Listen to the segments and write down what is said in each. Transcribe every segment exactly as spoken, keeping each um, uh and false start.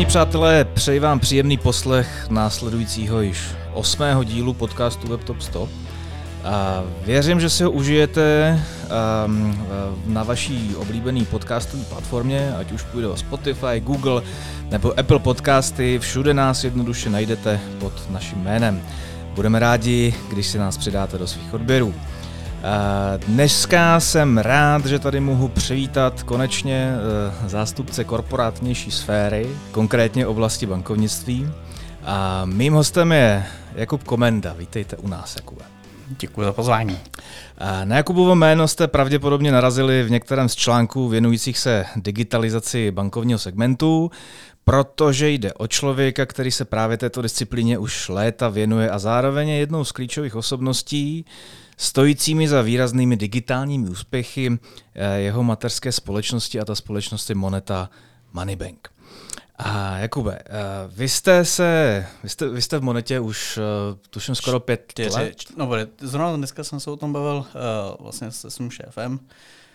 přátelé, přeji vám příjemný poslech následujícího již osmého dílu podcastu WebTop sto. A věřím, že si ho užijete um, na vaší oblíbené podcastové platformě, ať už půjde o Spotify, Google nebo Apple Podcasty, všude nás jednoduše najdete pod naším jménem. Budeme rádi, když si nás přidáte do svých odběrů. Dneska jsem rád, že tady mohu přivítat konečně zástupce korporátnější sféry, konkrétně oblasti bankovnictví. A mým hostem je Jakub Komenda. Vítejte u nás, Jakube. Děkuji za pozvání. Na Jakubovo jméno jste pravděpodobně narazili v některém z článků věnujících se digitalizaci bankovního segmentu, protože jde o člověka, který se právě této disciplíně už léta věnuje a zároveň je jednou z klíčových osobností, stojícími za výraznými digitálními úspěchy jeho mateřské společnosti, a ta společnost je Moneta Moneybank. A Jakube, vy jste se, vy jste, vy jste v Monetě už tuším skoro pět Čtyři, let? No, zrovna dneska jsem se o tom bavil uh, vlastně se svým šéfem uh,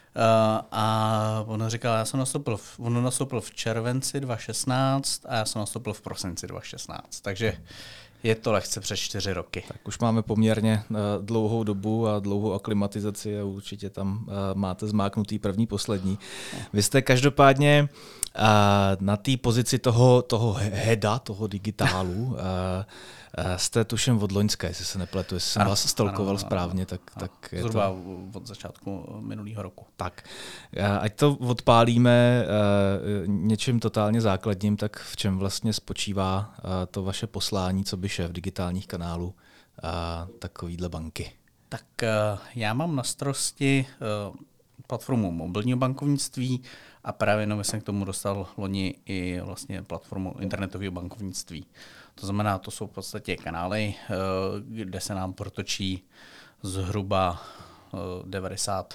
a on říkal, já jsem nastoupil, v, on nastoupil v červenci dva tisíce šestnáct a já jsem nastoupil v prosinci dva tisíce šestnáct, takže je to lehce přes čtyři roky. Tak už máme poměrně uh, dlouhou dobu a dlouhou aklimatizaci a určitě tam uh, máte zmáknutý první, poslední. Vy jste každopádně uh, na té pozici toho, toho heda, toho digitálu, uh, uh, jste tuším od loňské, jestli se nepletu, jestli jsem vás stolkoval správně, tak, ano, tak je zhruba to... od začátku minulého roku. Tak, uh, ať to odpálíme uh, něčím totálně základním, tak v čem vlastně spočívá uh, to vaše poslání, co by šéf digitálních kanálů a takovýhle banky? Tak uh, já mám na starosti uh, platformu mobilního bankovnictví a právě nově jsem k tomu dostal loni i vlastně platformu internetového bankovnictví. To znamená, to jsou v podstatě kanály, uh, kde se nám protočí zhruba uh, devadesát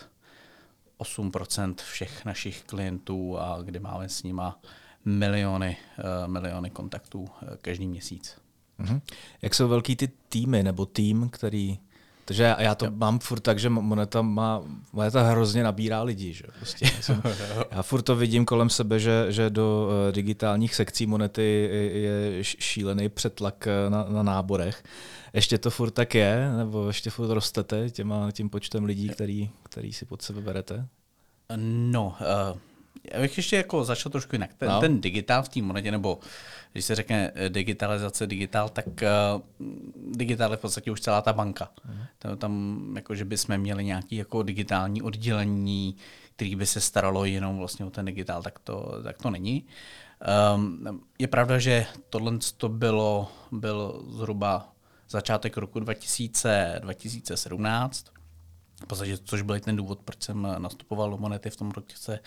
osm procent všech našich klientů a kde máme s nima miliony, uh, miliony kontaktů uh, každý měsíc. Mhm. Jak jsou velký ty týmy nebo tým, který... Takže já to jo. mám furt tak, že Moneta má, Moneta hrozně nabírá lidi. Že? Prostě jsem, já furt to vidím kolem sebe, že, že do uh, digitálních sekcí Monety je šílený přetlak na, na náborech. Ještě to furt tak je? Nebo ještě furt rostete těma, tím počtem lidí, který, který si pod sebe berete? No, uh... Já bych ještě jako začal trošku jinak. Ten, no. ten digitál v té Monetě, nebo když se řekne digitalizace, digitál, tak uh, digitál je v podstatě už celá ta banka. Mm. Tam, tam jako, že bychom měli nějaké jako digitální oddělení, který by se staralo jenom vlastně o ten digitál, tak to, tak to není. Um, je pravda, že tohle to bylo, byl zhruba začátek roku dva tisíce sedmnáct, v podstatě, což byl ten důvod, proč jsem nastupoval do Monety v tom roce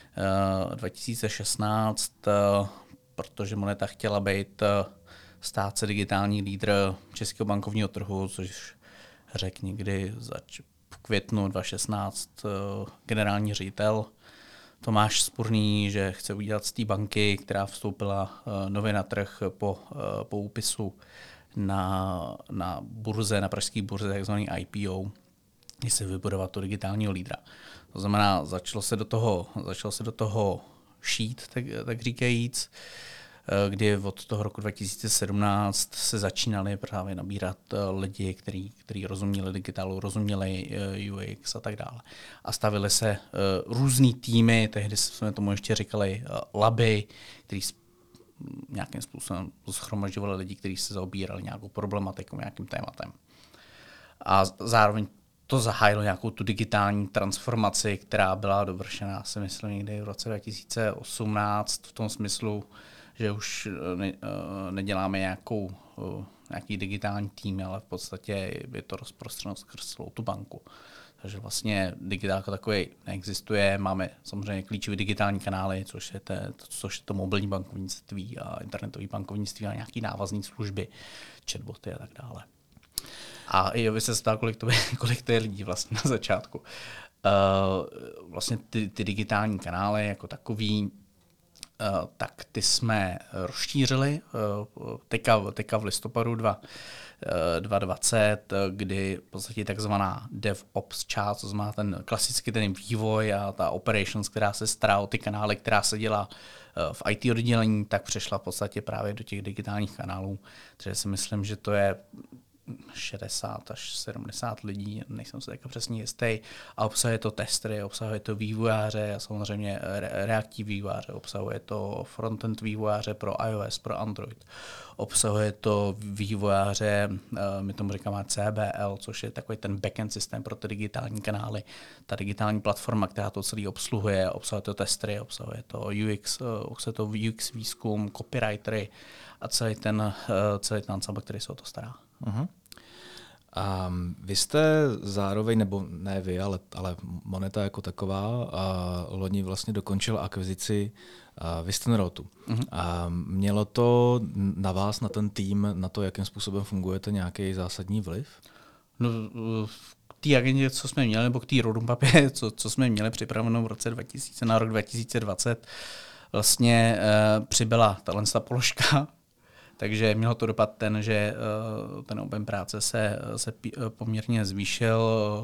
dva tisíce šestnáct, protože Moneta chtěla být stát se digitální lídr českého bankovního trhu, což řekl někdy zač- v květnu dva tisíce šestnáct generální ředitel Tomáš Spurný, že chce udělat z té banky, která vstoupila nově na trh po, po úpisu na, na burze, na pražské burze, takzvaný I P O, když se vybudovat to digitálního lídra. To znamená, začalo se do toho, začalo se do toho šít, tak, tak říkajíc, kdy od toho roku dva tisíce sedmnáct se začínali právě nabírat lidi, kteří, kteří rozuměli digitálu, rozuměli U X a tak dále. A stavili se různý týmy, tehdy jsme tomu ještě říkali laby, který nějakým způsobem shromažďovali lidi, kteří se zaobírali nějakou problematikou, nějakým tématem. A zároveň to zahájilo nějakou tu digitální transformaci, která byla dovršená, si myslím, někdy v roce dva tisíce osmnáct, v tom smyslu, že už ne, neděláme nějakou, nějaký digitální tým, ale v podstatě je to rozprostřeno skrz celou tu banku. Takže vlastně digitálka takový neexistuje. Máme samozřejmě klíčové digitální kanály, což je, te, což je to mobilní bankovnictví a internetové bankovnictví a nějaké návazné služby, chatboty a tak dále. A jo, vy se ptal, kolik to je, kolik to je lidí vlastně na začátku. Uh, vlastně ty, ty digitální kanály jako takový tak ty jsme rozšířili teďka, teďka v listopadu dva tisíce dvacet, kdy v podstatě takzvaná DevOps část, to znamená ten klasický ten vývoj a ta operations, která se stará o ty kanály, která se dělá v í té oddělení, tak přešla v podstatě právě do těch digitálních kanálů. Takže si myslím, že to je šedesát až sedmdesát lidí, nejsem se teďka přesně jistý, a obsahuje to testery, obsahuje to vývojáře a samozřejmě reaktivní vývojáře, obsahuje to frontend vývojáře pro iOS, pro Android, obsahuje to vývojáře, my tomu říkáme C B L, což je takový ten backend systém pro ty digitální kanály, ta digitální platforma, která to celý obsluhuje, obsahuje to testery, obsahuje to U X, obsahuje to U X výzkum, copywritery a celý ten, celý ten ensemble, který se o to stará. Uh-huh. A vy jste zároveň, nebo ne vy, ale, ale Moneta jako taková, a loni vlastně dokončila akvizici Wistenrotu. Uh-huh. A mělo to na vás, na ten tým, na to, jakým způsobem fungujete, nějaký zásadní vliv? No, k té agendě, co jsme měli, nebo k té roadmapě, co, co jsme měli připravenou v roce dva tisíce, na rok dva tisíce dvacet, vlastně uh, přibyla tato položka. Takže mělo to dopad ten, že uh, ten objem práce se, se p- poměrně zvýšil.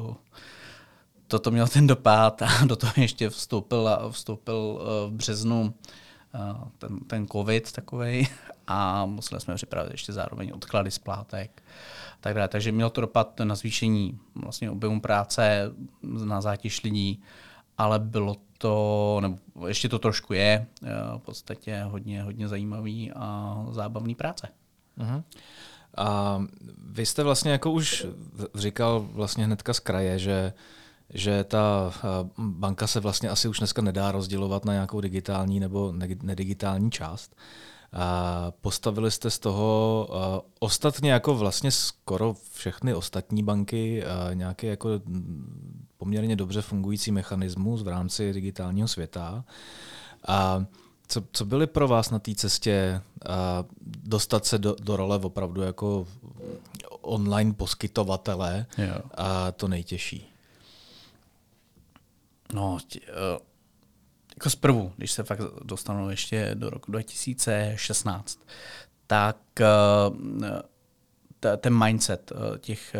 Toto mělo ten dopad a do toho ještě vstoupil, vstoupil uh, v březnu uh, ten, ten covid takovej a museli jsme připravit ještě zároveň odklady splátek. Tak dále. Takže mělo to dopad na zvýšení vlastně objemu práce, na zátěž lidí, ale bylo to, nebo ještě to trošku je, v podstatě hodně, hodně zajímavý a zábavný práce. Uh-huh. A vy jste vlastně jako už říkal vlastně hnedka z kraje, že, že ta banka se vlastně asi už dneska nedá rozdělovat na nějakou digitální nebo nedigitální část. A postavili jste z toho uh, ostatně jako vlastně skoro všechny ostatní banky uh, nějaký jako poměrně dobře fungující mechanismus v rámci digitálního světa. A co, co byly pro vás na té cestě uh, dostat se do, do role opravdu jako online poskytovatele jo. A to nejtěžší? No, tě, uh... Jako zprvu, když se fakt dostanu ještě do roku dva tisíce šestnáct, tak t- ten mindset těch,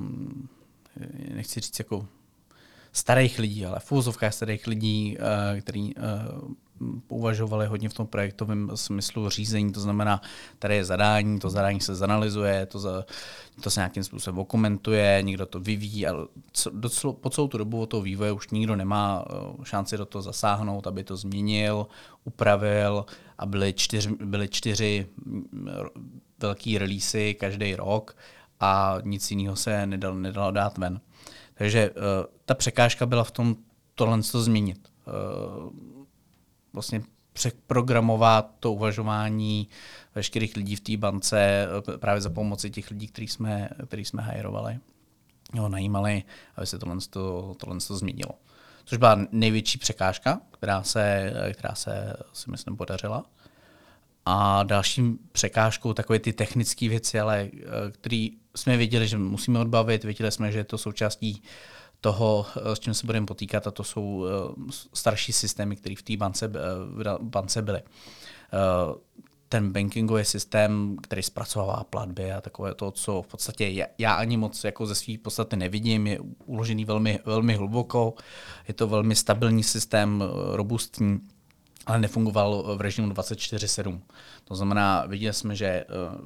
nechci říct jako starých lidí, ale v úvozovkách starých lidí, kteří uvažovali hodně v tom projektovém smyslu řízení, to znamená, tady je zadání, to zadání se zanalyzuje, to, za, to se nějakým způsobem okomentuje, někdo to vyvíjí a docelo, po celou tu dobu toho vývoje už nikdo nemá šanci do toho zasáhnout, aby to změnil, upravil a byly čtyři, byly čtyři velký releasy každý rok a nic jiného se nedalo, nedalo dát ven. Takže uh, ta překážka byla v tom tohle to změnit. Uh, vlastně přeprogramovat to uvažování veškerých lidí v té bance právě za pomoci těch lidí, který jsme, který jsme hajrovali, jo, najímali, aby se tohle, to, tohle to změnilo. Což byla největší překážka, která se, která se si myslím podařila. A dalším překážkou takové ty technické věci, ale které jsme věděli, že musíme odbavit, věděli jsme, že je to součástí toho, s čím se budeme potýkat, a to jsou starší systémy, které v té bance, bance byly. Ten bankingový systém, který zpracovává platby a takové to, co v podstatě já ani moc jako ze své podstaty nevidím, je uložený velmi, velmi hluboko, je to velmi stabilní systém, robustní, ale nefungoval v režimu dvacet čtyři sedm. To znamená, viděli jsme, že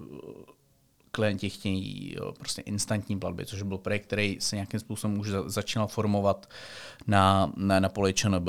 klienti chtějí prostě instantní platby, což byl projekt, který se nějakým způsobem už začínal formovat na, na, na poli ČNB.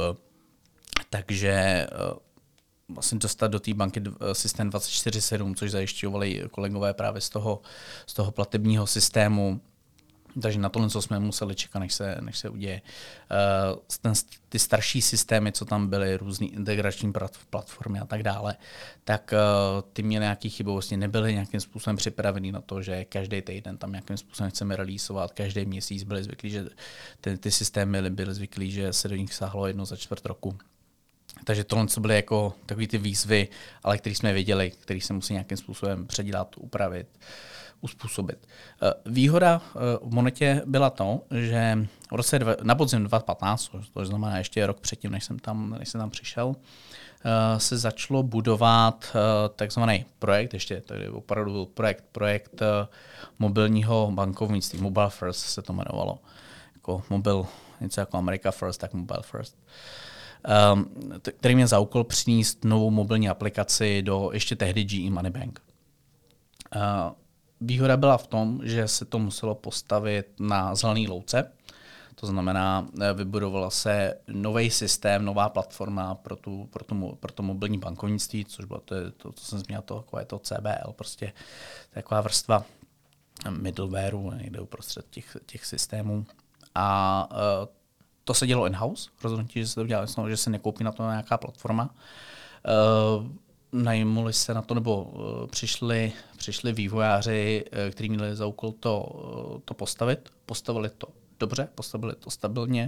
Takže vlastně dostat do té banky systém dvacet čtyři sedm, což zajišťovali kolegové právě z toho, z toho platebního systému. Takže na tohle, co jsme museli čekat, než se, než se uděje. Uh, ten, ty starší systémy, co tam byly, různý integrační platformy a tak dále, tak uh, ty měly nějaké chybovosti, nebyly nějakým způsobem připravený na to, že každý týden tam nějakým způsobem chceme releaseovat, každý měsíc byli zvyklí, že ty, ty systémy byly zvyklí, že se do nich sáhlo jedno za čtvrt roku. Takže tohle co byly jako takový ty výzvy, ale které jsme věděli, které se musí nějakým způsobem předělat, upravit. uspůsobit. Výhoda v Monetě byla to, že v roce dva, na podzim dva tisíce patnáct, to znamená ještě rok předtím, než jsem tam, než jsem tam přišel, se začalo budovat takzvaný projekt, ještě tady opravdu byl projekt, projekt mobilního bankovnictví, Mobile First se to jmenovalo. Jako mobil, něco jako America First, tak Mobile First. Um, který mě za úkol přinést novou mobilní aplikaci do ještě tehdy G E Money Bank. Uh, výhoda byla v tom, že se to muselo postavit na zelený louce, to znamená, vybudovala se nový systém, nová platforma pro, tu, pro, tu, pro to mobilní bankovnictví, což bylo to, to co jsem zmínil, to, jako je to C B L, prostě taková vrstva middlewareu někde uprostřed těch, těch systémů. A uh, to se dělo in-house, rozhodnutí, že se to dělalo, že se nekoupí na to nějaká platforma. Uh, najmuli se na to, nebo uh, přišli, přišli vývojáři, uh, kteří měli za úkol to, uh, to postavit. Postavili to dobře, postavili to stabilně.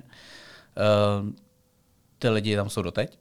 Uh, ty lidi tam jsou doteď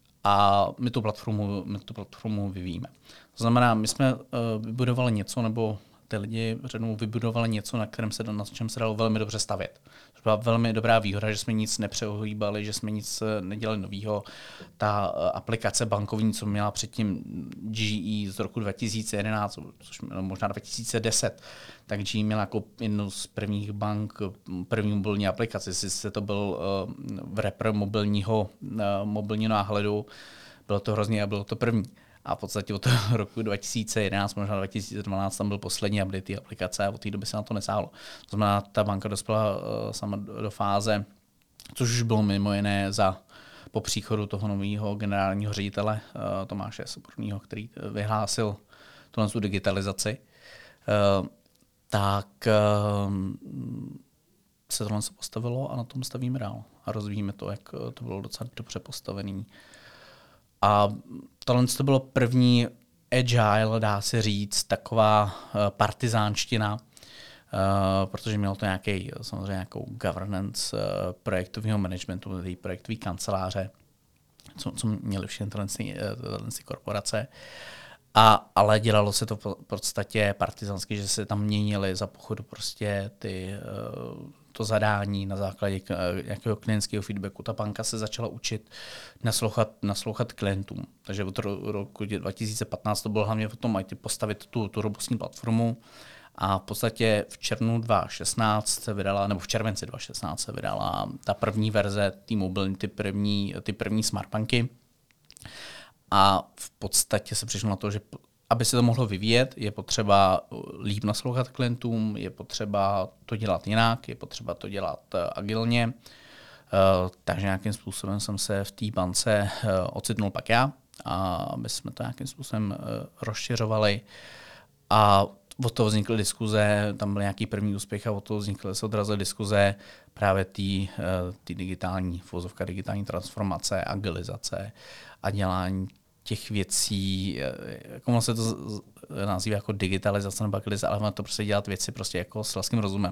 a my tu platformu, my tu platformu vyvíjíme. To znamená, my jsme uh, vybudovali něco, nebo ty lidi řeknou, vybudovali něco, na kterém se, na čem se dalo velmi dobře stavět. To byla velmi dobrá výhoda, že jsme nic nepřeohýbali, že jsme nic nedělali novýho. Ta aplikace bankovní, co měla předtím G E z roku dva tisíce jedenáct, což možná dva tisíce deset, tak G E měla jako jednu z prvních bank, první mobilní aplikaci. Sice to byl uh, wrapper mobilního, uh, mobilního náhledu, bylo to hrozně a bylo to první. A v podstatě od toho roku dva tisíce jedenáct, možná dva tisíce dvanáct, tam byl poslední update té aplikace a od té doby se na to nesáhlo. To znamená, ta banka dospěla uh, sama do fáze, což už bylo mimo jiné za po příchodu toho nového generálního ředitele uh, Tomáše Soborného, který vyhlásil tu digitalizaci, uh, tak uh, se tohle se postavilo a na tom stavíme dál. A rozvíjíme to, jak to bylo docela dobře postavený. A tohle to bylo první agile, dá se říct, taková uh, partizánština, uh, protože mělo to nějaký, samozřejmě nějakou governance uh, projektového managementu, té projektové kanceláře, co, co měly všechny tyhle korporace. A, ale dělalo se to v podstatě partizánsky, že se tam měnily za pochodu prostě ty, uh, to zadání na základě nějakého klientského feedbacku. Ta banka se začala učit naslouchat, naslouchat klientům. Takže od roku dva tisíce patnáct to bylo hlavně o tom postavit tu, tu robustní platformu. A v podstatě v červnu dva tisíce šestnáct se vydala, nebo v červenci dva tisíce šestnáct se vydala ta první verze té mobilní, ty první, ty první smartbanky. A v podstatě se přišlo na to, že aby se to mohlo vyvíjet, je potřeba líp naslouchat klientům, je potřeba to dělat jinak, je potřeba to dělat agilně. Takže nějakým způsobem jsem se v té bance ocitnul pak já, a aby jsme to nějakým způsobem rozšiřovali. A od toho vznikly diskuze, tam byl nějaký první úspěch a od toho vznikly se odrazily diskuze právě té digitální, vozovka digitální transformace, agilizace a dělání těch věcí, jako se to nazývá jako digitalizace nebo agilizace, ale to prostě dělat věci prostě jako s selským rozumem.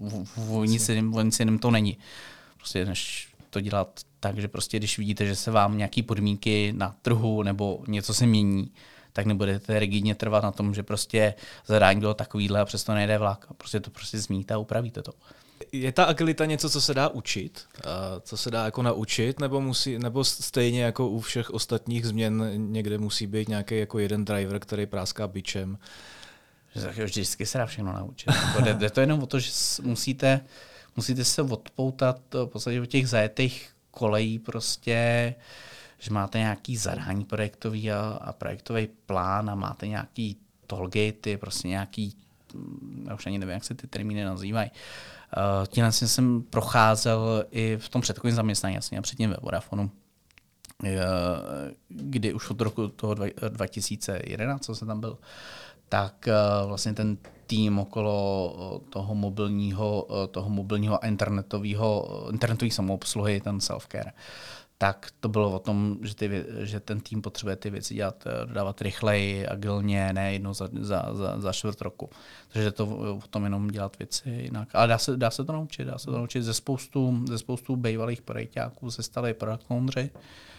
O nic jiným to není. Prostě než to dělat tak, že prostě když vidíte, že se vám nějaký podmínky na trhu nebo něco se mění, tak nebudete rigidně trvat na tom, že prostě zadání bylo takovýhle a přesto nejde vlak. Prostě to prostě změníte a upravíte to. Je ta agilita něco, co se dá učit? Co se dá jako naučit? Nebo, musí, nebo stejně jako u všech ostatních změn někde musí být nějaký jako jeden driver, který práská bičem? Vždycky se dá všechno naučit. Jde to jenom o to, že musíte, musíte se odpoutat v podstatě od těch zajetých kolejí prostě, že máte nějaký zadání projektový a, a projektový plán a máte nějaký tollgatey, prostě nějaký, já už ani nevím, jak se ty termíny nazývají. Uh, Tímhle jsem procházel i v tom předchozím zaměstnání, jasně, a předtím ve Vodafonu, uh, kdy už od roku toho dva tisíce jedenáct, co jsem tam byl, tak uh, vlastně ten tým okolo toho mobilního, toho mobilního a internetového, internetový samoobsluhy, ten self-care, tak to bylo o tom, že, ty, že ten tým potřebuje ty věci dělat, dodávat rychleji, agilně, ne jednou za, za, za, za čtvrt roku. Takže to o tom jenom dělat věci jinak. Ale dá se, dá se to naučit, dá se to naučit ze spoustu, ze spoustu bývalých projekťáků, se stali product ownři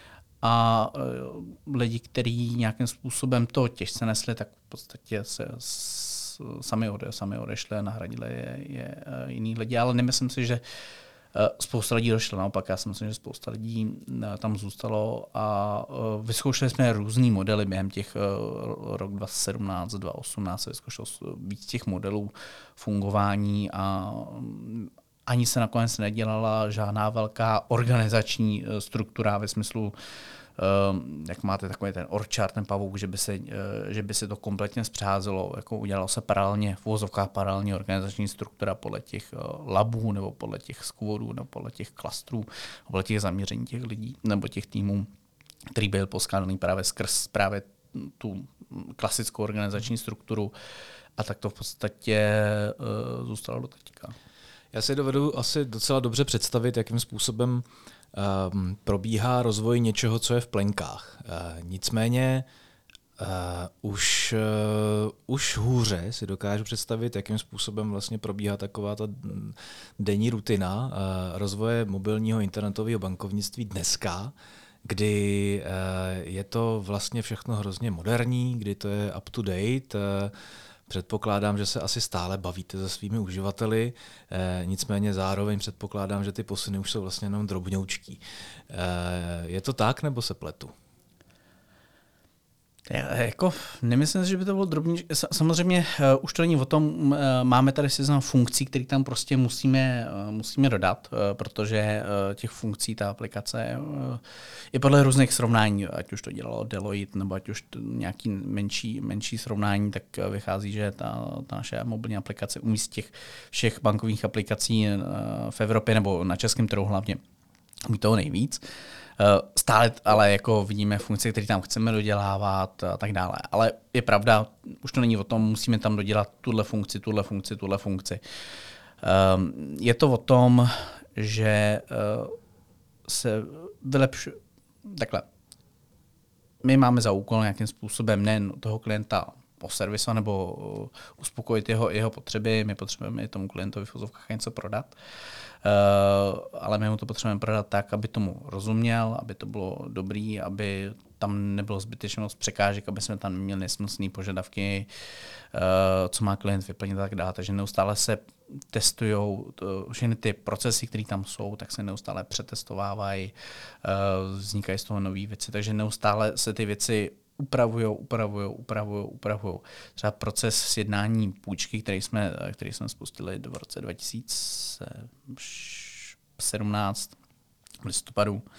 a uh, lidi, kteří nějakým způsobem to těžce nesli, tak v podstatě se s, sami, ode, sami odešli a nahradili je, je jiný lidi, ale nemyslím si, že spousta lidí došlo, naopak já si myslím, že spousta lidí tam zůstalo a vyzkoušeli jsme různý modely během těch rok dva tisíce sedmnáct, dva tisíce osmnáct, vyzkoušel víc těch modelů fungování a ani se nakonec nedělala žádná velká organizační struktura ve smyslu, jak máte takový ten org chart, ten pavouk, že by se, že by se to kompletně zpřázelo, jako udělalo se paralelně, v uvozovkách paralelní organizační struktura podle těch labů, nebo podle těch skvodů, nebo podle těch klastrů, podle těch zaměření těch lidí, nebo těch týmů, který byl poskládaný právě skrz právě tu klasickou organizační strukturu a tak to v podstatě uh, zůstalo do teďka. Já si dovedu asi docela dobře představit, jakým způsobem um, probíhá rozvoj něčeho, co je v plenkách. Uh, nicméně uh, už, uh, už hůře si dokážu představit, jakým způsobem vlastně probíhá taková ta denní rutina uh, rozvoje mobilního internetového bankovnictví dneska, kdy uh, je to vlastně všechno hrozně moderní, kdy to je up to date. Uh, Předpokládám, že se asi stále bavíte se svými uživateli, eh, nicméně zároveň předpokládám, že ty posuny už jsou vlastně jenom drobňoučký. Eh, je to tak, nebo se pletu? Já, jako, nemyslím si, že by to bylo drobný. Samozřejmě uh, už to není o tom, uh, máme tady seznam funkcí, které tam prostě musíme, uh, musíme dodat, uh, protože uh, těch funkcí ta aplikace uh, je podle různých srovnání, ať už to dělalo Deloitte, nebo ať už to nějaký menší, menší srovnání, tak uh, vychází, že ta, ta naše mobilní aplikace umí z těch všech bankovních aplikací uh, v Evropě nebo na českém trhu hlavně umí toho nejvíc. Stále ale jako vidíme funkce, které tam chceme dodělávat a tak dále. Ale je pravda, už to není o tom, musíme tam dodělat tuhle funkci, tuhle funkci, tuhle funkci. Je to o tom, že se vylepšuje. Takhle. My máme za úkol nějakým způsobem nejen toho klienta poservisovat nebo uspokojit jeho, jeho potřeby, my potřebujeme tomu klientovi v uvozovkách něco prodat. Uh, ale my mu to potřebujeme prodat tak, aby tomu rozuměl, aby to bylo dobrý, aby tam nebylo zbytečnost překážek, aby jsme tam neměli nesmyslné požadavky, uh, co má klient vyplnit a tak dále. Takže neustále se testují všechny ty procesy, které tam jsou, tak se neustále přetestovávají, uh, vznikají z toho nové věci, takže neustále se ty věci upravujou, upravujou, upravujou, upravujou. Třeba proces sjednání půjčky, který jsme, který jsme spustili v roce dva tisíce sedmnáct v listopadu, uh,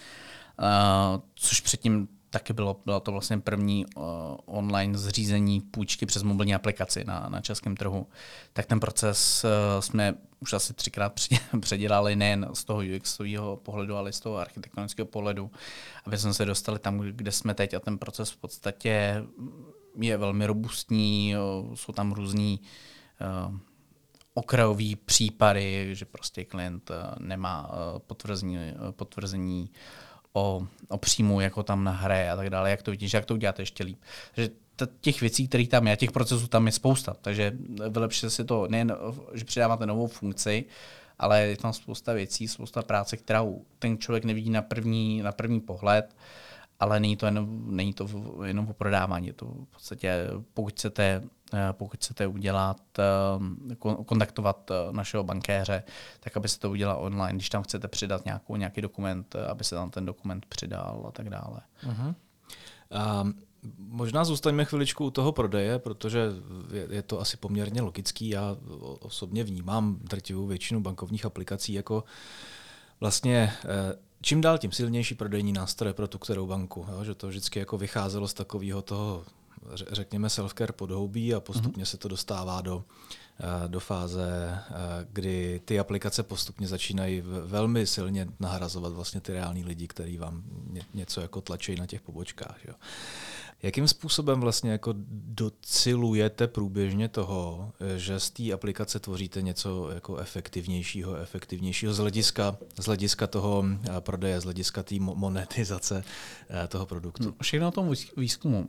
což předtím taky bylo, bylo to vlastně první uh, online zřízení půjčky přes mobilní aplikaci na, na českém trhu. Tak ten proces uh, jsme už asi třikrát předělali nejen z toho U X pohledu, ale i z toho architektonického pohledu, aby jsme se dostali tam, kde jsme teď a ten proces v podstatě je velmi robustní, uh, jsou tam různý uh, okrajový případy, že prostě klient uh, nemá uh, potvrzení, uh, potvrzení O, o příjmu, jako tam nahraje a tak dále, jak to vidíš, jak to uděláte ještě líp. Takže t- těch věcí, které tam je, těch procesů tam je spousta, takže vylepšíte si to nejen, že přidáváte novou funkci, ale je tam spousta věcí, spousta práce, kterou ten člověk nevidí na první, na první pohled, ale není to, jenom, není to jenom o prodávání, je to v podstatě, pokud chcete pokud chcete udělat, kontaktovat našeho bankéře, tak aby se to udělalo online. Když tam chcete přidat nějakou, nějaký dokument, aby se tam ten dokument přidal a tak dále. Uh-huh. Um, možná zůstaňme chviličku u toho prodeje, protože je, je to asi poměrně logický. Já osobně vnímám drtivou většinu bankovních aplikací jako vlastně čím dál tím silnější prodejní nástroje pro tu kterou banku. Jo? Že to vždycky jako vycházelo z takového toho řekněme self-care podhoubí a postupně se to dostává do, do fáze, kdy ty aplikace postupně začínají velmi silně nahrazovat vlastně ty reální lidi, kteří vám něco jako tlačí na těch pobočkách. Jo. Jakým způsobem vlastně jako docilujete průběžně toho, že z té aplikace tvoříte něco jako efektivnějšího, efektivnějšího z hlediska, z hlediska toho prodeje, z hlediska té monetizace toho produktu? Všechno o tom výzkumu.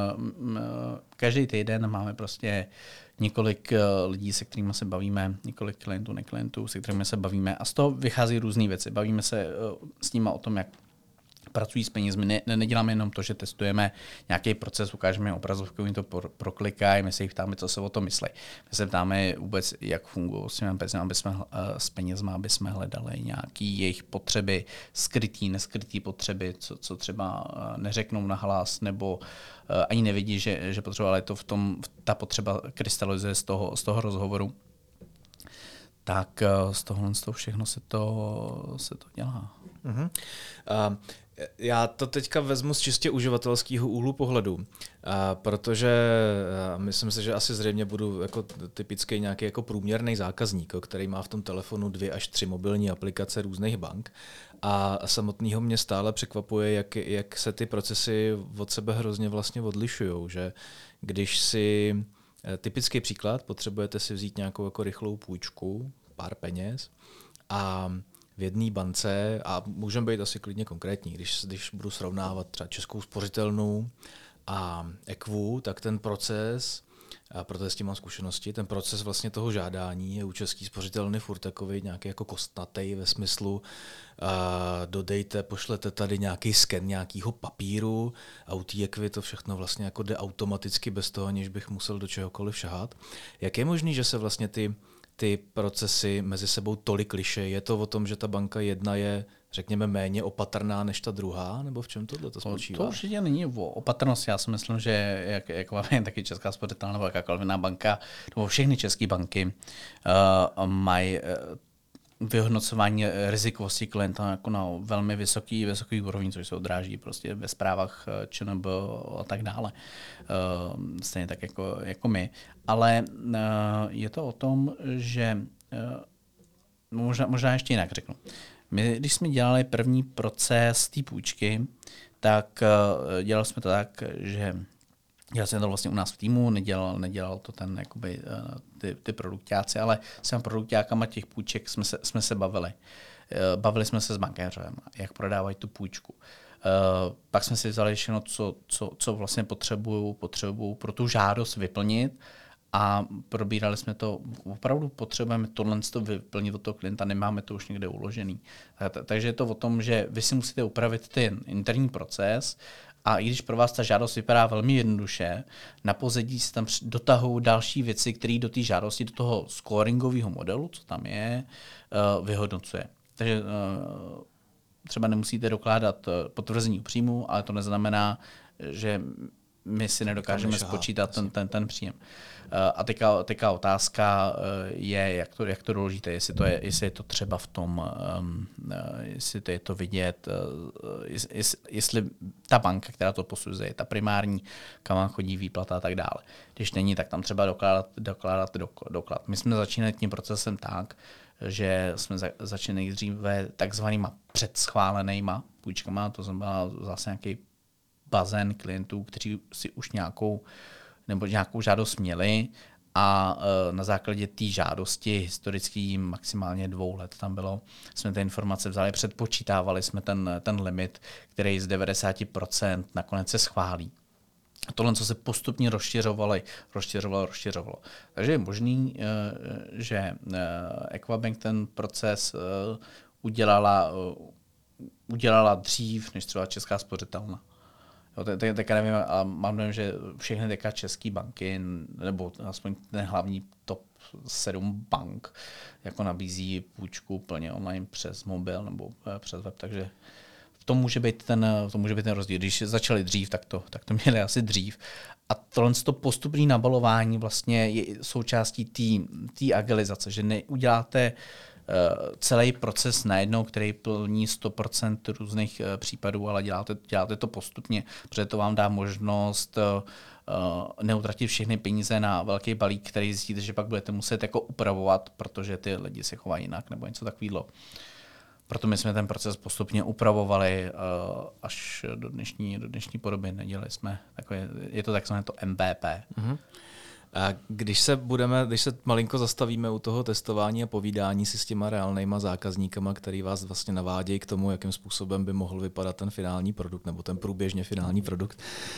Každý týden máme prostě několik lidí, se kterými se bavíme, několik klientů, neklientů, se kterými se bavíme a z toho vychází různé věci. Bavíme se s nimi o tom, jak pracují s penězmi. Ne, neděláme jenom to, že testujeme nějaký proces, ukážeme obrazovku, jim to proklikají, my se jich ptáme, co se o tom myslí. My se ptáme vůbec, jak fungují s těmi penězmi, aby jsme, s penězmi, aby jsme hledali nějaké jejich potřeby, skrytý, neskrytý potřeby, co, co třeba neřeknou nahlas, nebo ani nevidí, že, že potřeba, ale to v tom, ta potřeba krystalizuje z toho, z toho rozhovoru. Tak z tohohle z toho všechno se to, se to dělá. Uh-huh. Uh, já to teďka vezmu z čistě uživatelského úhlu pohledu, uh, protože uh, myslím si, že asi zřejmě budu jako typický nějaký jako průměrný zákazník, který má v tom telefonu dvě až tři mobilní aplikace různých bank a samotného mě stále překvapuje, jak, jak se ty procesy od sebe hrozně vlastně odlišujou, že když si typický příklad, potřebujete si vzít nějakou jako rychlou půjčku, pár peněz a v jedné bance, a můžeme být asi klidně konkrétní, když, když budu srovnávat třeba Českou spořitelnu a Equ, tak ten proces, a protože s tím mám zkušenosti, ten proces vlastně toho žádání je u České spořitelny furt takový nějaký jako kostnatej ve smyslu uh, dodejte, pošlete tady nějaký sken nějakého papíru a u té Equi to všechno vlastně jako jde automaticky bez toho, aniž bych musel do čehokoliv šahat. Jak je možný, že se vlastně ty ty procesy mezi sebou tolik liší? Je to o tom, že ta banka jedna je, řekněme, méně opatrná než ta druhá, nebo v čem tohle to spočívá? To určitě není o opatrnosti. Já si myslím, že jak, jak vám taky Česká spořitelna nebo jakákoliv jiná banka, nebo všechny české banky uh, mají uh, vyhodnocování rizikovosti klienta jako na velmi vysoký, vysoký úrovni, což se odráží prostě ve zprávách ČNB a tak dále. Uh, stejně tak jako, jako my. Ale uh, je to o tom, že uh, možná, možná ještě jinak řeknu. My, když jsme dělali první proces té půjčky, tak uh, dělali jsme to tak, že dělal jsem to vlastně u nás v týmu, nedělal, nedělal to ten jakoby, ty, ty produktáci, ale s těmi produktákama těch půjček jsme se, jsme se bavili. Bavili jsme se s bankéřem, jak prodávají tu půjčku. Pak jsme si vzali všechno, co, co, co vlastně potřebuju, potřebuju pro tu žádost vyplnit a probírali jsme to, opravdu potřebujeme tohle vyplnit od toho klienta, nemáme to už někde uložený. Takže je to o tom, že vy si musíte upravit ten interní proces. A i když pro vás ta žádost vypadá velmi jednoduše, na pozadí se tam dotahují další věci, které do té žádosti, do toho scoringového modelu, co tam je, vyhodnocuje. Takže třeba nemusíte dokládat potvrzení příjmu, ale to neznamená, že my si nedokážeme spočítat ten, ten, ten příjem. A teďka, teďka otázka je, jak to, jak to doložíte, jestli, to je, jestli je to třeba v tom, um, jestli to je to vidět, jestli, jestli ta banka, která to posuzuje, je ta primární, kam vám chodí výplata a tak dále. Když není, tak tam třeba dokládat, dokládat doklad. My jsme začínali tím procesem tak, že jsme za, začali nejdříve takzvanýma předschválenýma půjčkama, to znamená zase nějaký bazén klientů, kteří si už nějakou nebo nějakou žádost měli a e, na základě té žádosti historicky maximálně dvou let tam bylo, jsme ty informace vzali, předpočítávali jsme ten, ten limit, který z devadesát procent nakonec se schválí. A tohle, co se postupně rozšiřovalo, rozšiřovalo, rozšiřovalo. Takže je možný, e, že Equabank ten proces e, udělala, e, udělala dřív, než třeba Česká spořitelna. Teďka nevím, ale mám dojem, že všechny teďka české banky, nebo aspoň ten hlavní top sedm bank, jako nabízí půjčku plně online přes mobil nebo přes web, takže v tom může být ten, to může být ten rozdíl. Když začali dřív, tak to, tak to měli asi dřív. A tohle postupné nabalování vlastně je součástí té agilizace, že neuděláte celý proces najednou, který plní sto procent různých případů, ale děláte, děláte to postupně, protože to vám dá možnost neutratit všechny peníze na velký balík, který zjistíte, že pak budete muset jako upravovat, protože ty lidi se chovají jinak nebo něco takového. Proto my jsme ten proces postupně upravovali až do dnešní, do dnešní podoby. Nedělali jsme takové, je to takzvané to M V P. Mm-hmm. A když se budeme, když se malinko zastavíme u toho testování a povídání si s těma reálnejma zákazníkama, který vás vlastně navádějí k tomu, jakým způsobem by mohl vypadat ten finální produkt nebo ten průběžně finální produkt.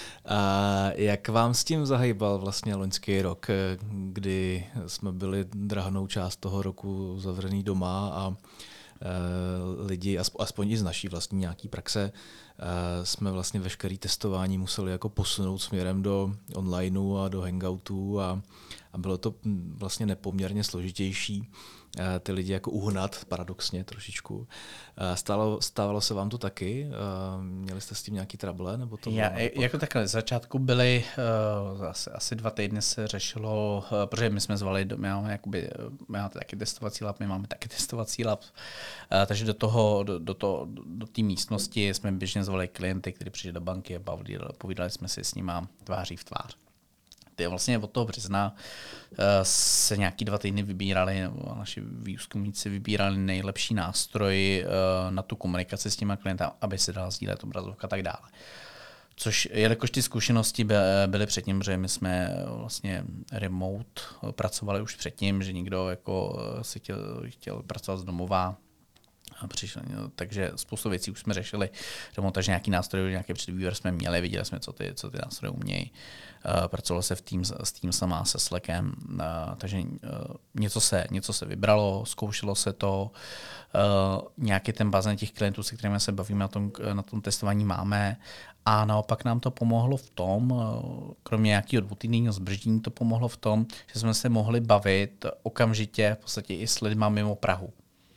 A jak vám s tím zahýbal vlastně loňský rok, kdy jsme byli drahnou část toho roku zavřený doma a lidi, aspoň i z naší vlastní nějaký praxe, jsme vlastně veškeré testování museli jako posunout směrem do onlineu a do hangoutů a, a bylo to vlastně nepoměrně složitější ty lidi jako uhnat, paradoxně trošičku. Stalo, stávalo se vám to taky? Měli jste s tím nějaký trable? Nebo to Já, jako takhle, z začátku byly, uh, asi, asi dva týdny se řešilo, uh, protože my jsme zvali, my máme, jakoby, my máme taky testovací lab, my máme taky testovací lab, uh, takže do toho, do, do, to, do té místnosti jsme běžně zvali klienty, kteří přišli do banky a bavili, povídali jsme si s nimi tváří v tvář. Ty vlastně od toho března uh, se nějaký dva týdny vybírali, naši výzkumníci vybírali nejlepší nástroj uh, na tu komunikaci s těma klienty, aby se dala sdílet obrazovka a tak dále. Což, jelikož ty zkušenosti by, byly předtím, že my jsme vlastně remote pracovali už předtím, že někdo jako si chtěl, chtěl pracovat z domova, a přišli, takže spoustu věcí už jsme řešili, takže nějaký nástroj, nějaký předvýběr jsme měli, viděli jsme, co ty, co ty nástroje umějí. Uh, pracovalo se v tým, s tím sama, se Slackem, uh, takže uh, něco, se, něco se vybralo, zkoušelo se to, uh, nějaký ten bazén těch klientů, se kterými se bavíme na tom, na tom testování máme a naopak nám to pomohlo v tom, uh, kromě nějakého dvoutýdenního zbrždění, to pomohlo v tom, že jsme se mohli bavit okamžitě v podstatě i s lidma mimo Prahu.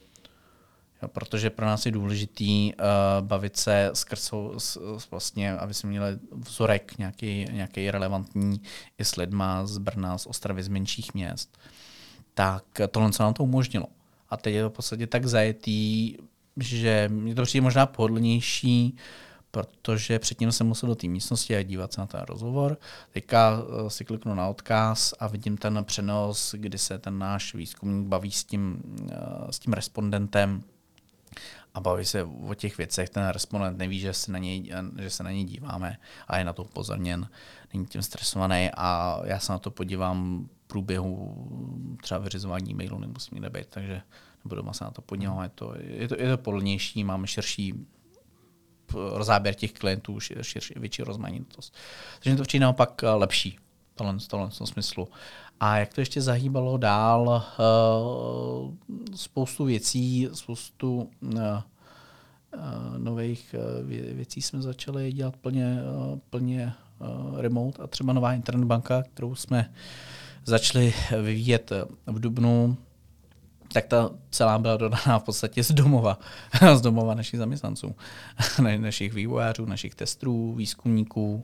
Jo, protože pro nás je důležitý uh, bavit se skrz vlastně, aby jsme měli vzorek nějaký, nějaký relevantní i s lidma z Brna, z Ostravy, z menších měst. Tak tohle se nám to umožnilo. A teď je to v podstatě tak zajetý, že mě to přijde možná pohodlnější, protože předtím jsem musel do té místnosti a dívat se na ten rozhovor. Teďka uh, si kliknu na odkaz a vidím ten přenos, kdy se ten náš výzkumník baví s tím, uh, s tím respondentem a baví se o těch věcech. Ten respondent neví, že se na něj, že se na něj díváme a je na to upozorněn, není tím stresovaný a já se na to podívám v průběhu třeba vyřizování e-mailu, nemusím někde být, takže nebudu se na to podívat. Je to, je to, je to pohodlnější, máme širší záběr těch klientů, širší, větší rozmanitost. Takže to přijde naopak lepší v tomhle smyslu. A jak to ještě zahýbalo dál, uh, spoustu věcí, spoustu uh, uh, nových uh, věcí jsme začali dělat plně, uh, plně uh, remote a třeba nová internet banka, kterou jsme začali vyvíjet v dubnu, tak ta celá byla dodaná v podstatě z domova, z domova našich zaměstnanců, našich vývojářů, našich testů, výzkumníků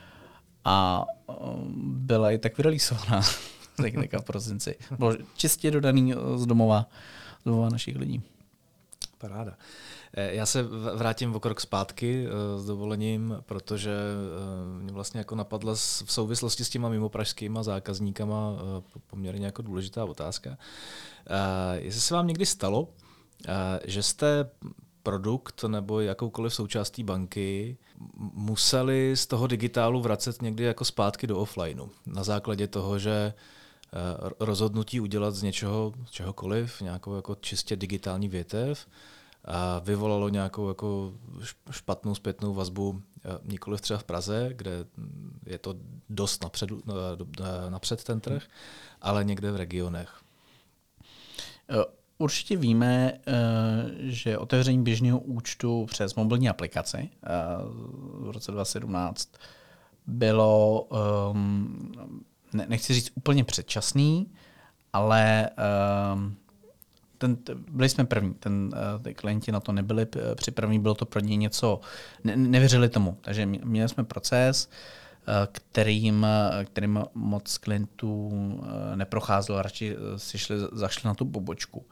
a byla i tak vyreleasovaná teďka v prosinci. Bylo čistě dodaný z domova, z domova našich lidí. Paráda. Já se vrátím o krok zpátky s dovolením, protože mě vlastně jako napadla v souvislosti s těma mimopražskýma zákazníkama poměrně jako důležitá otázka. Jestli se vám někdy stalo, že jste produkt nebo jakoukoliv součástí banky museli z toho digitálu vracet někdy jako zpátky do offlineu na základě toho, že rozhodnutí udělat z něčeho, čehokoliv, nějakou jako čistě digitální větev a vyvolalo nějakou jako špatnou zpětnou vazbu nikoliv třeba v Praze, kde je to dost napřed, napřed ten trh, ale někde v regionech. Určitě víme, že otevření běžného účtu přes mobilní aplikaci v roce dva tisíce sedmnáct bylo, nechci říct úplně předčasný, ale ten, byli jsme první, ten, ty klienti na to nebyli připraveni, bylo to pro ně něco, ne, nevěřili tomu. Takže měli jsme proces, kterým, kterým moc klientů neprocházelo, radši si šli, zašli na tu pobočku.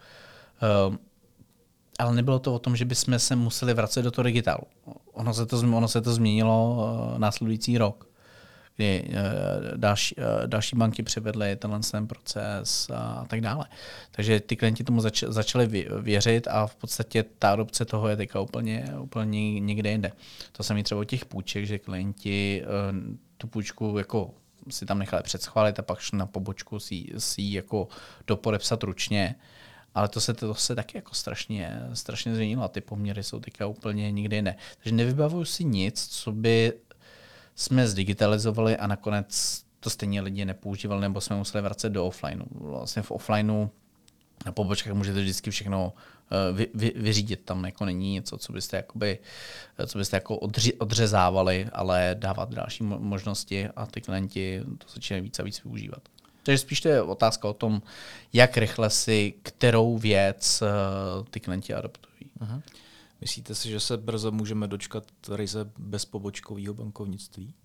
Ale nebylo to o tom, že bychom se museli vracet do toho digitálu. Ono se to, ono se to změnilo následující rok, kdy další, další banky přivedly tenhle ten proces a tak dále. Takže ty klienti tomu zač, začali věřit a v podstatě ta adopce toho je teďka úplně, úplně někde jinde. To samé třeba o těch půjček, že klienti tu půjčku jako si tam nechali předschválit a pak šli na pobočku si, si ji jako dopodepsat ručně. Ale to se, to se taky jako strašně, strašně změnilo a ty poměry jsou teďka úplně nikde jiné. Takže nevybavuju si nic, co by jsme zdigitalizovali a nakonec to stejně lidi nepoužívali nebo jsme museli vracet do offlineu. Vlastně v offlineu Na pobočkách můžete vždycky všechno vy, vy, vyřídit. Tam jako není něco, co byste, jakoby, co byste jako odři, odřezávali, ale dávat další možnosti a ty klienti to začínají víc a víc využívat. Takže spíš to je otázka o tom, jak rychle si kterou věc ty klienti adoptují. Aha. Myslíte si, že se brzo můžeme dočkat ryze bezpobočkového bankovnictví?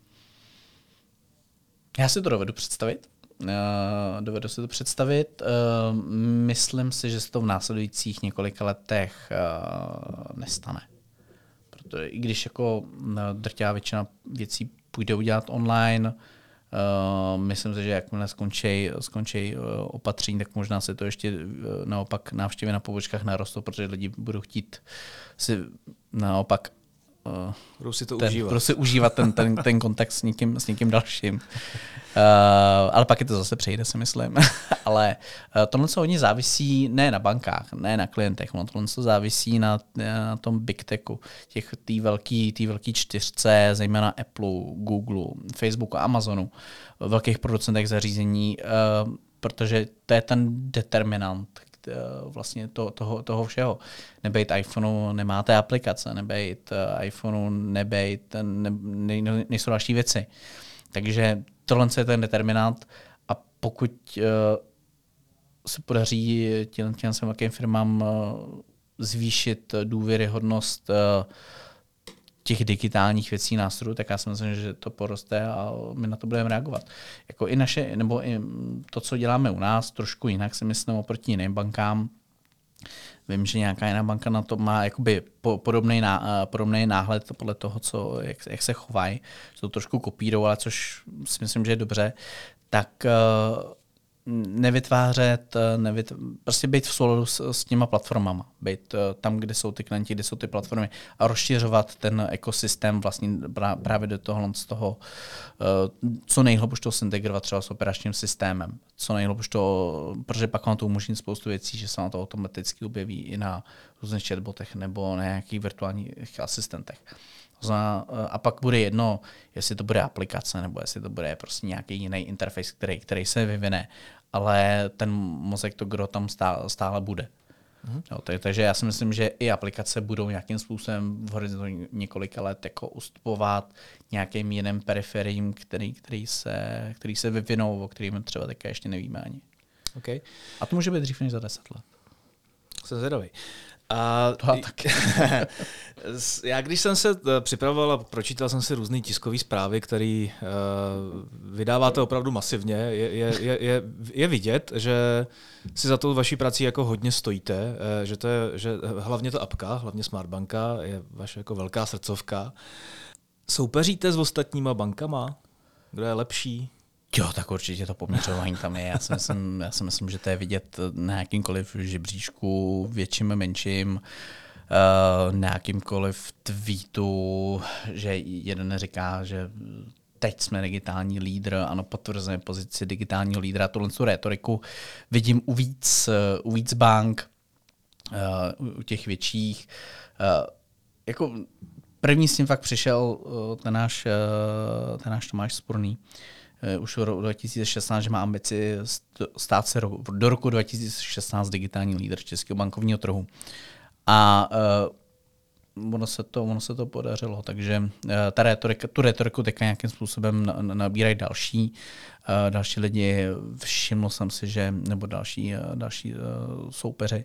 Já si to dovedu představit. Uh, dovedu si to představit. Uh, myslím si, že se to v následujících několika letech uh, nestane. Protože i když jako drtivá většina věcí půjde udělat online, uh, myslím si, že jakmile skončí, skončí uh, opatření, tak možná se to ještě uh, naopak návštěvy na pobočkách narostou, protože lidi budou chtít si naopak Uh, budou si to ten, užívat. Budou si užívat ten, ten, ten kontakt s někým, s někým dalším. Uh, ale pak je to zase přejde, si myslím. ale uh, tohle co hodně závisí ne na bankách, ne na klientech, no, tohle co závisí na, na tom big techu, těch tý velký, tý velký čtyřce, zejména Apple, Google, Facebooku, Amazonu, velkých producentech zařízení, uh, protože to je ten determinant vlastně to, toho, toho všeho. Nebejt iPhoneu, nemáte aplikace, nebejt iPhoneu, nebejt, ne, ne, nejsou další věci. Takže tohle je ten determinant a pokud uh, se podaří těm, těm velkým firmám uh, zvýšit důvěryhodnost uh, těch digitálních věcí nástrojů, tak já si myslím, že to poroste a my na to budeme reagovat. Jako i naše, nebo i to, co děláme u nás, trošku jinak si myslím oproti jiným bankám. Vím, že nějaká jiná banka na to má jakoby podobný, ná, podobný náhled podle toho, co, jak, jak se chovají, že to trošku kopírou, ale což si myslím, že je dobře, tak uh, nevytvářet, nevyt, prostě být v souladu s, s těma platformama, být tam, kde jsou ty klienti, kde jsou ty platformy a rozšiřovat ten ekosystém vlastně právě do toho, z toho co nejhloubš to integrovat třeba s operačním systémem, co nejhloubš to, protože pak vám to umožní spoustu věcí, že se na to automaticky objeví i na různých chatbotech nebo na nějakých virtuálních asistentech. A pak bude jedno, jestli to bude aplikace, nebo jestli to bude prostě nějaký jiný interface, který, který se vyvine, ale ten mozek, to gro tam stále, stále bude. Mhm. Jo, takže já si myslím, že i aplikace budou nějakým způsobem v horizontu několika let jako ustupovat nějakým jiným periferiím, který, který, se, který se vyvinou, o kterým třeba také ještě nevíme ani. Okay. A to může být dřív než za deset let. Jsem zvědavý. A tak. Já když jsem se připravoval a pročítal jsem si různé tiskové zprávy, které uh, vydáváte opravdu masivně, je, je, je, je vidět, že si za tou vaší prací jako hodně stojíte, uh, že, to je, že hlavně ta apka, hlavně Smartbanka je vaše jako velká srdcovka. Soupeříte s ostatníma bankama? Kdo je lepší? Jo, tak určitě to poměřování tam je. Já si myslím, já si myslím že to je vidět na jakýmkoliv žebříčku, větším, menším, uh, na jakýmkoliv tweetu, že jeden říká, že teď jsme digitální lídr, ano, potvrzujeme pozici digitálního lídra. Tohle tu rétoriku vidím u víc, u víc bank, uh, u těch větších. Uh, jako první s tím fakt přišel uh, ten náš, uh, ten náš Tomáš Spurný, už v roku dva tisíce šestnáct, že má ambici stát se do roku dva tisíce šestnáct digitální lídr českého bankovního trhu. A uh, ono, se to, ono se to podařilo, takže uh, ta retorika, tu retoriku teďka nějakým způsobem na, na, nabírají další, uh, další lidi. Všiml jsem si, že, nebo další, uh, další uh, soupeři.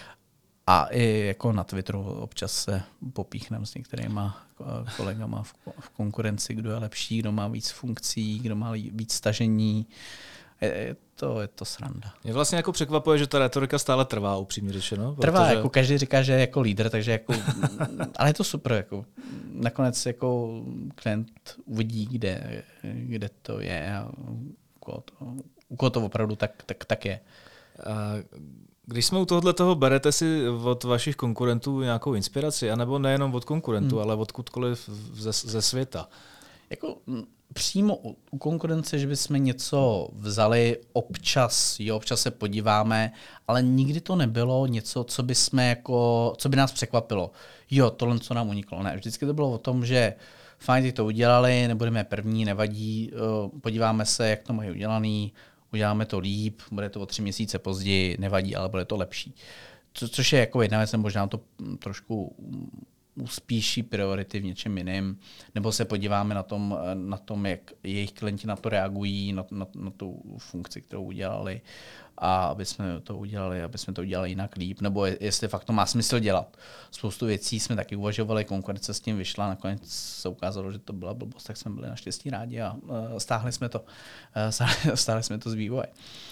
A i jako na Twitteru občas se popíchneme s některýma kolegama v, v konkurenci, kdo je lepší, kdo má víc funkcí, kdo má víc stažení. Je, je, to, je to sranda. Mě vlastně jako překvapuje, že ta retorika stále trvá, upřímně řečeno. Trvá, protože... jako každý říká, že je jako lídr, takže jako, ale je to super. Jako, nakonec jako klient uvidí, kde, kde to je a u koho to, u koho to opravdu tak, tak, tak je. A když jsme u tohohle toho, berete si od vašich konkurentů nějakou inspiraci, anebo nejenom od konkurentů, hmm. ale odkudkoliv ze, ze světa? Jako přímo u konkurence, že bychom něco vzali, občas, jo, občas se podíváme, ale nikdy to nebylo něco, co by, jsme jako, co by nás překvapilo. Jo, tohle, co nám uniklo. Ne, vždycky to bylo o tom, že fajn, ty to udělali, nebudeme první, nevadí, podíváme se, jak to mají udělaný, uděláme to líp, bude to o tři měsíce později, nevadí, ale bude to lepší. Co, což je jako jedna věc, možná to trošku uspíší priority v něčem jiném, nebo se podíváme na tom, na tom jak jejich klienti na to reagují, na, na, na tu funkci, kterou udělali, a aby jsme to udělali, aby jsme to udělali jinak líp, nebo jestli fakt to má smysl dělat. Spoustu věcí jsme taky uvažovali, konkurence s tím vyšla, nakonec se ukázalo, že to byla blbost, tak jsme byli naštěstí rádi a uh, stáhli jsme to, uh, stáhli jsme to z vývoje.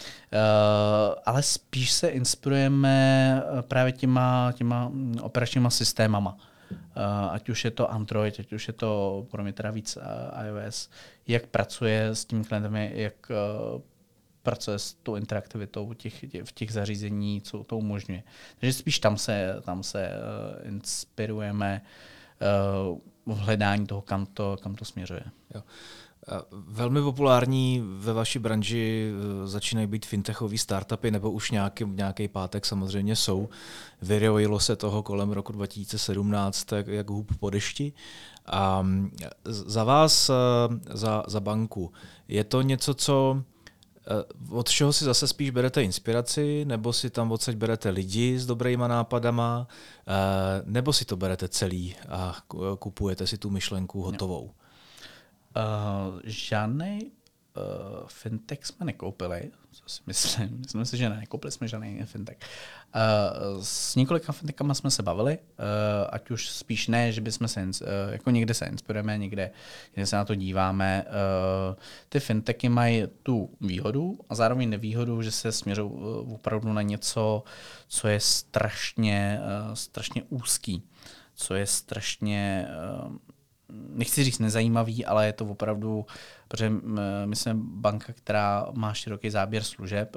Uh, ale spíš se inspirujeme právě těma, těma operačníma systémama. Uh, ať už je to Android, ať už je to pro mě teda víc uh, iOS, jak pracuje s tím klientem, jak uh, pracuje s tou interaktivitou těch, tě, v těch zařízení, co to umožňuje. Takže spíš tam se, tam se uh, inspirujeme uh, v hledání toho, kam to, kam to směřuje. Jo. Velmi populární ve vaší branži začínají být fintechové startupy, nebo už nějaký, nějaký pátek samozřejmě jsou. Vyrojilo se toho kolem roku dva tisíce sedmnáct jak, jak hůb po dešti. A za vás, za, za banku, je to něco, co od čeho si zase spíš berete inspiraci, nebo si tam odsaď berete lidi s dobrýma nápadama, nebo si to berete celý a kupujete si tu myšlenku hotovou? Uh, žádnej uh, fintech jsme nekoupili, co si myslím, myslím si, že ne, nekoupili jsme žádný fintech. Uh, s několika fintechama jsme se bavili, uh, ať už spíš ne, že bychom se, uh, jako někde se inspirujeme, někde, někde se na to díváme. Uh, ty fintechy mají tu výhodu a zároveň nevýhodu, že se směřují uh, opravdu na něco, co je strašně, uh, strašně úzký, co je strašně... Uh, nechci říct nezajímavý, ale je to opravdu, protože my jsme banka, která má široký záběr služeb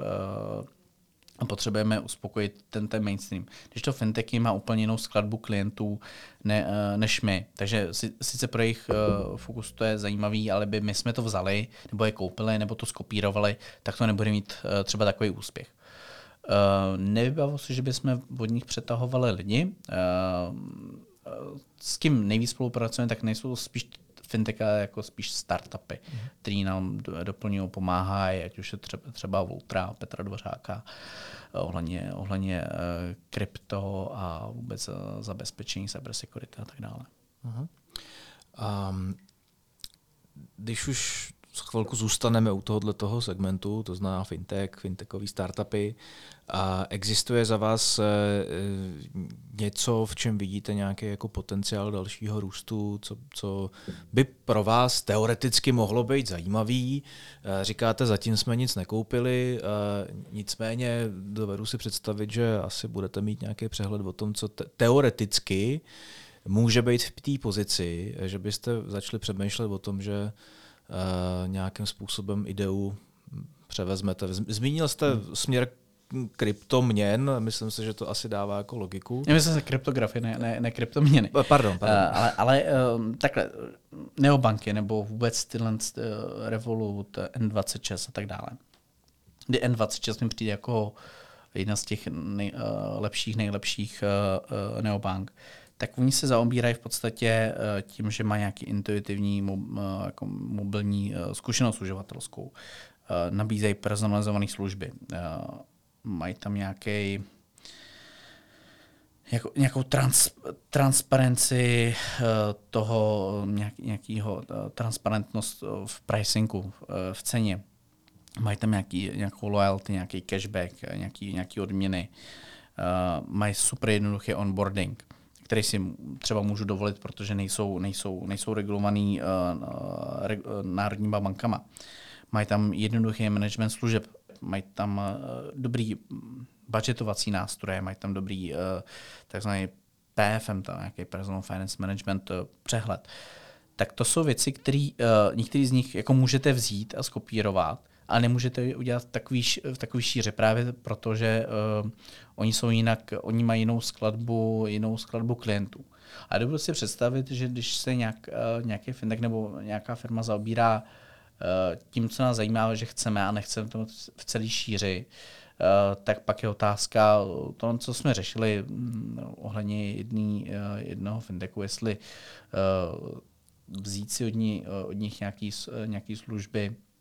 a potřebujeme uspokojit ten, ten mainstream. Když to fintechy má úplně jinou skladbu klientů ne, než my. Takže sice pro jejich fokus to je zajímavý, ale by my jsme to vzali, nebo je koupili, nebo to skopírovali, tak to nebude mít třeba takový úspěch. Nevybavilo se, že bychom od nich přetahovali lidi. S kým nejvíc spolupracujeme, tak nejsou to spíš fintechy, jako spíš startupy, mm. který nám doplňují, pomáhají, ať už je třeba, třeba Voltra, Petra Dvořáka, ohledně, ohledně krypto a vůbec zabezpečení cybersecurity a tak dále. Uh-huh. Um, když už chvilku zůstaneme u tohoto segmentu, to znamená fintech, fintechový startupy, a existuje za vás e, něco, v čem vidíte nějaký jako potenciál dalšího růstu, co, co by pro vás teoreticky mohlo být zajímavý? E, říkáte, zatím jsme nic nekoupili, e, nicméně dovedu si představit, že asi budete mít nějaký přehled o tom, co te- teoreticky může být v té pozici, že byste začali přemýšlet o tom, že Uh, nějakým způsobem ideu převezmete. Zmínil jste hmm. směr kryptoměn, myslím si, že to asi dává jako logiku. Já myslím, že kryptografie, ne, ne, ne kryptoměny. Pardon, pardon. Uh, ale ale uh, takhle, neobanky nebo vůbec tyhle uh, Revolut, N dvacet šest a tak dále. Kdy N dvacet šest mi přijde jako jedna z těch nej, uh, lepších, nejlepších uh, uh, neobank. Tak oni se zaobírají v podstatě tím, že má nějaký intuitivní jako mobilní zkušenost uživatelskou. Nabízejí personalizované služby. Mají tam nějaký, jako, nějakou trans, transparenci toho, nějak, nějakýho transparentnost v pricingu, v ceně. Mají tam nějaký, nějakou loyalty, nějaký cashback, nějaký, nějaký odměny. Mají super jednoduchý onboarding, který si třeba můžu dovolit, protože nejsou, nejsou, nejsou regulovaný uh, re, uh, národníma bankama. Mají tam jednoduchý management služeb, mají tam uh, dobrý budžetovací nástroje, mají tam dobrý uh, takzvaný P F M, tam nějaký Personal Finance Management uh, přehled. Tak to jsou věci, které uh, některý z nich jako můžete vzít a skopírovat, ale nemůžete je udělat v takový, v takový šíře právě proto, že uh, oni jsou jinak, oni mají jinou skladbu, jinou skladbu klientů. A dobudu si představit, že když se nějak, uh, nějaký fintech nebo nějaká firma zaobírá uh, tím, co nás zajímá, že chceme a nechceme to v celé šíři, uh, tak pak je otázka, to, co jsme řešili um, ohledně jedný, uh, jednoho fintechu, jestli uh, vzít si od, ní, od nich nějaký, nějaký služby,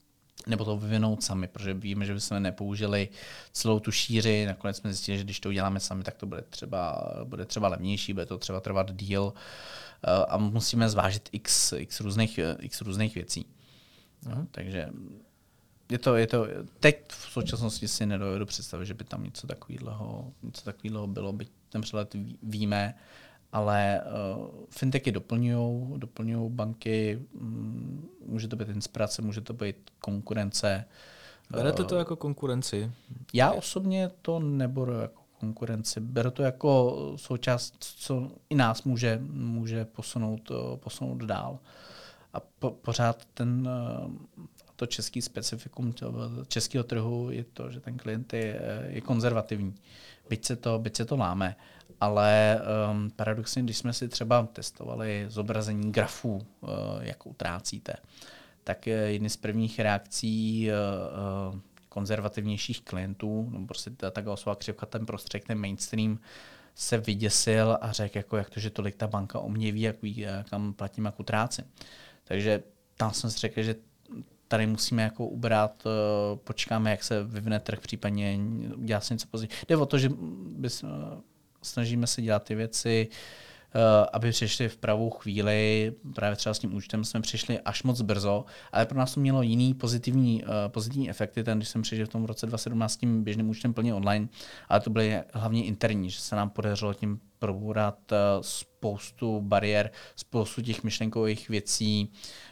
nebo to vyvinout sami, protože víme, že bychom nepoužili celou tu šíři, nakonec jsme zjistili, že když to uděláme sami, tak to bude třeba, bude třeba levnější, bude to třeba trvat díl a musíme zvážit x, x, různých, x různých věcí. No, takže je to, je to, teď v současnosti si nedovedu představit, že by tam něco takového, něco takového bylo, byť ten přehled víme, ale uh, fintechy doplňují, doplňují banky, um, může to být inspirace, může to být konkurence. Berete to jako konkurenci? Já osobně to neberu jako konkurenci, beru to jako součást, co i nás může, může posunout, posunout dál. A po, pořád ten, to český specifikum českého trhu je to, že ten klient je, je konzervativní. Byť se to, byť se to láme. Ale um, paradoxně, když jsme si třeba testovali zobrazení grafů, uh, jak utrácíte, tak jedny z prvních reakcí uh, konzervativnějších klientů, no prostě ta, ta Gaussova křivka, ten prostředek, ten mainstream, se vyděsil a řekl, jako, jak to, že tolik ta banka o mě ví, jak ví, kam platím, jak utrácím. Takže tam jsme si řekli, že tady musíme jako ubrat, uh, počkáme, jak se vyvine trh, případně udělá se něco později. Jde o to, že bys, uh, snažíme se dělat ty věci, uh, aby přišly v pravou chvíli. Právě třeba s tím účtem jsme přišli až moc brzo, ale pro nás to mělo jiný pozitivní, uh, pozitivní efekty. Ten, když jsem přišel v tom roce dva tisíce sedmnáct s tím běžným účtem plně online, ale to byly hlavně interní, že se nám podařilo tím probourat uh, spoustu bariér, spoustu těch myšlenkových věcí,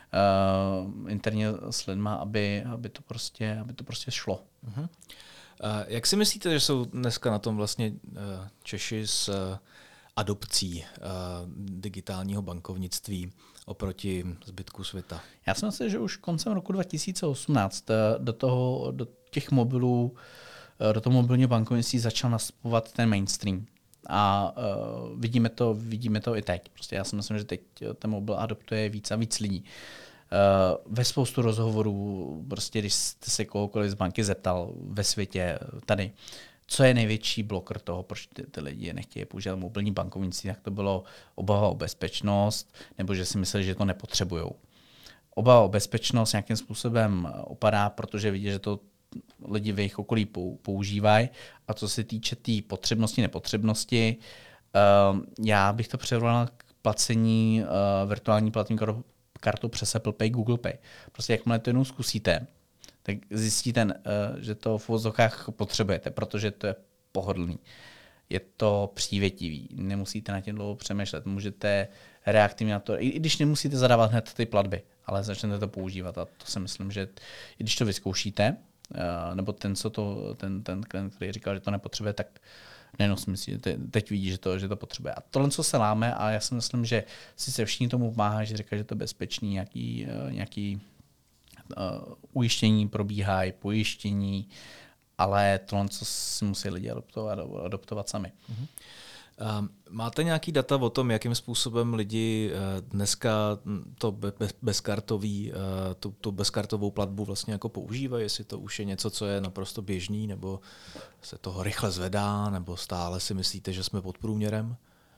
Uh, interně s lidma, aby, aby, to prostě, aby to prostě šlo. Uh-huh. Uh, jak si myslíte, že jsou dneska na tom vlastně uh, Češi s uh, adopcí uh, digitálního bankovnictví oproti zbytku světa? Já si myslím, že už koncem roku dva tisíce osmnáct do, toho, do těch mobilů, do toho mobilního bankovnictví začal nastupovat ten mainstream. A uh, vidíme, to, vidíme to i teď. Prostě já si myslím, že teď ten mobil adoptuje víc a víc lidí. Uh, ve spoustu rozhovorů, prostě když jste se kohokoliv z banky zeptal ve světě tady, co je největší blokr toho, proč ty, ty lidi nechtějí používat mobilní bankovnictví, tak to bylo obava o bezpečnost, nebo že si mysleli, že to nepotřebují. Obava o bezpečnost nějakým způsobem opadá, protože vidí, že to lidi v jejich okolí používají. A co se týče té tý potřebnosti, nepotřebnosti, uh, já bych to přirovnal k placení uh, virtuální platební kartou přes Apple Pay, Google Pay. Prostě jakmile to jednou zkusíte, tak zjistíte, uh, že to v uvozovkách potřebujete, protože to je pohodlný. Je to přívětivý, nemusíte na tím dlouho přemýšlet, můžete reaktivně na to, i když nemusíte zadávat hned ty platby, ale začnete to používat a to si myslím, že i když to vyzkoušíte, Uh, nebo ten, co to, ten, ten klient, který říkal, že to nepotřebuje, tak nejenom si myslí, te, teď vidí, že to, že to potřebuje. A tohle, co se láme, a já si myslím, že sice všichni tomu pomáhá, že říká, že to je bezpečný, nějaký, uh, nějaký uh, ujištění probíhají, pojištění, ale tohle, co si musí lidi adoptovat, adoptovat sami. Uh-huh. Máte nějaký data o tom, jakým způsobem lidi dneska to bezkartový, tu, tu bezkartovou platbu vlastně jako používají? Jestli to už je něco, co je naprosto běžný, nebo se toho rychle zvedá, nebo stále si myslíte, že jsme pod průměrem?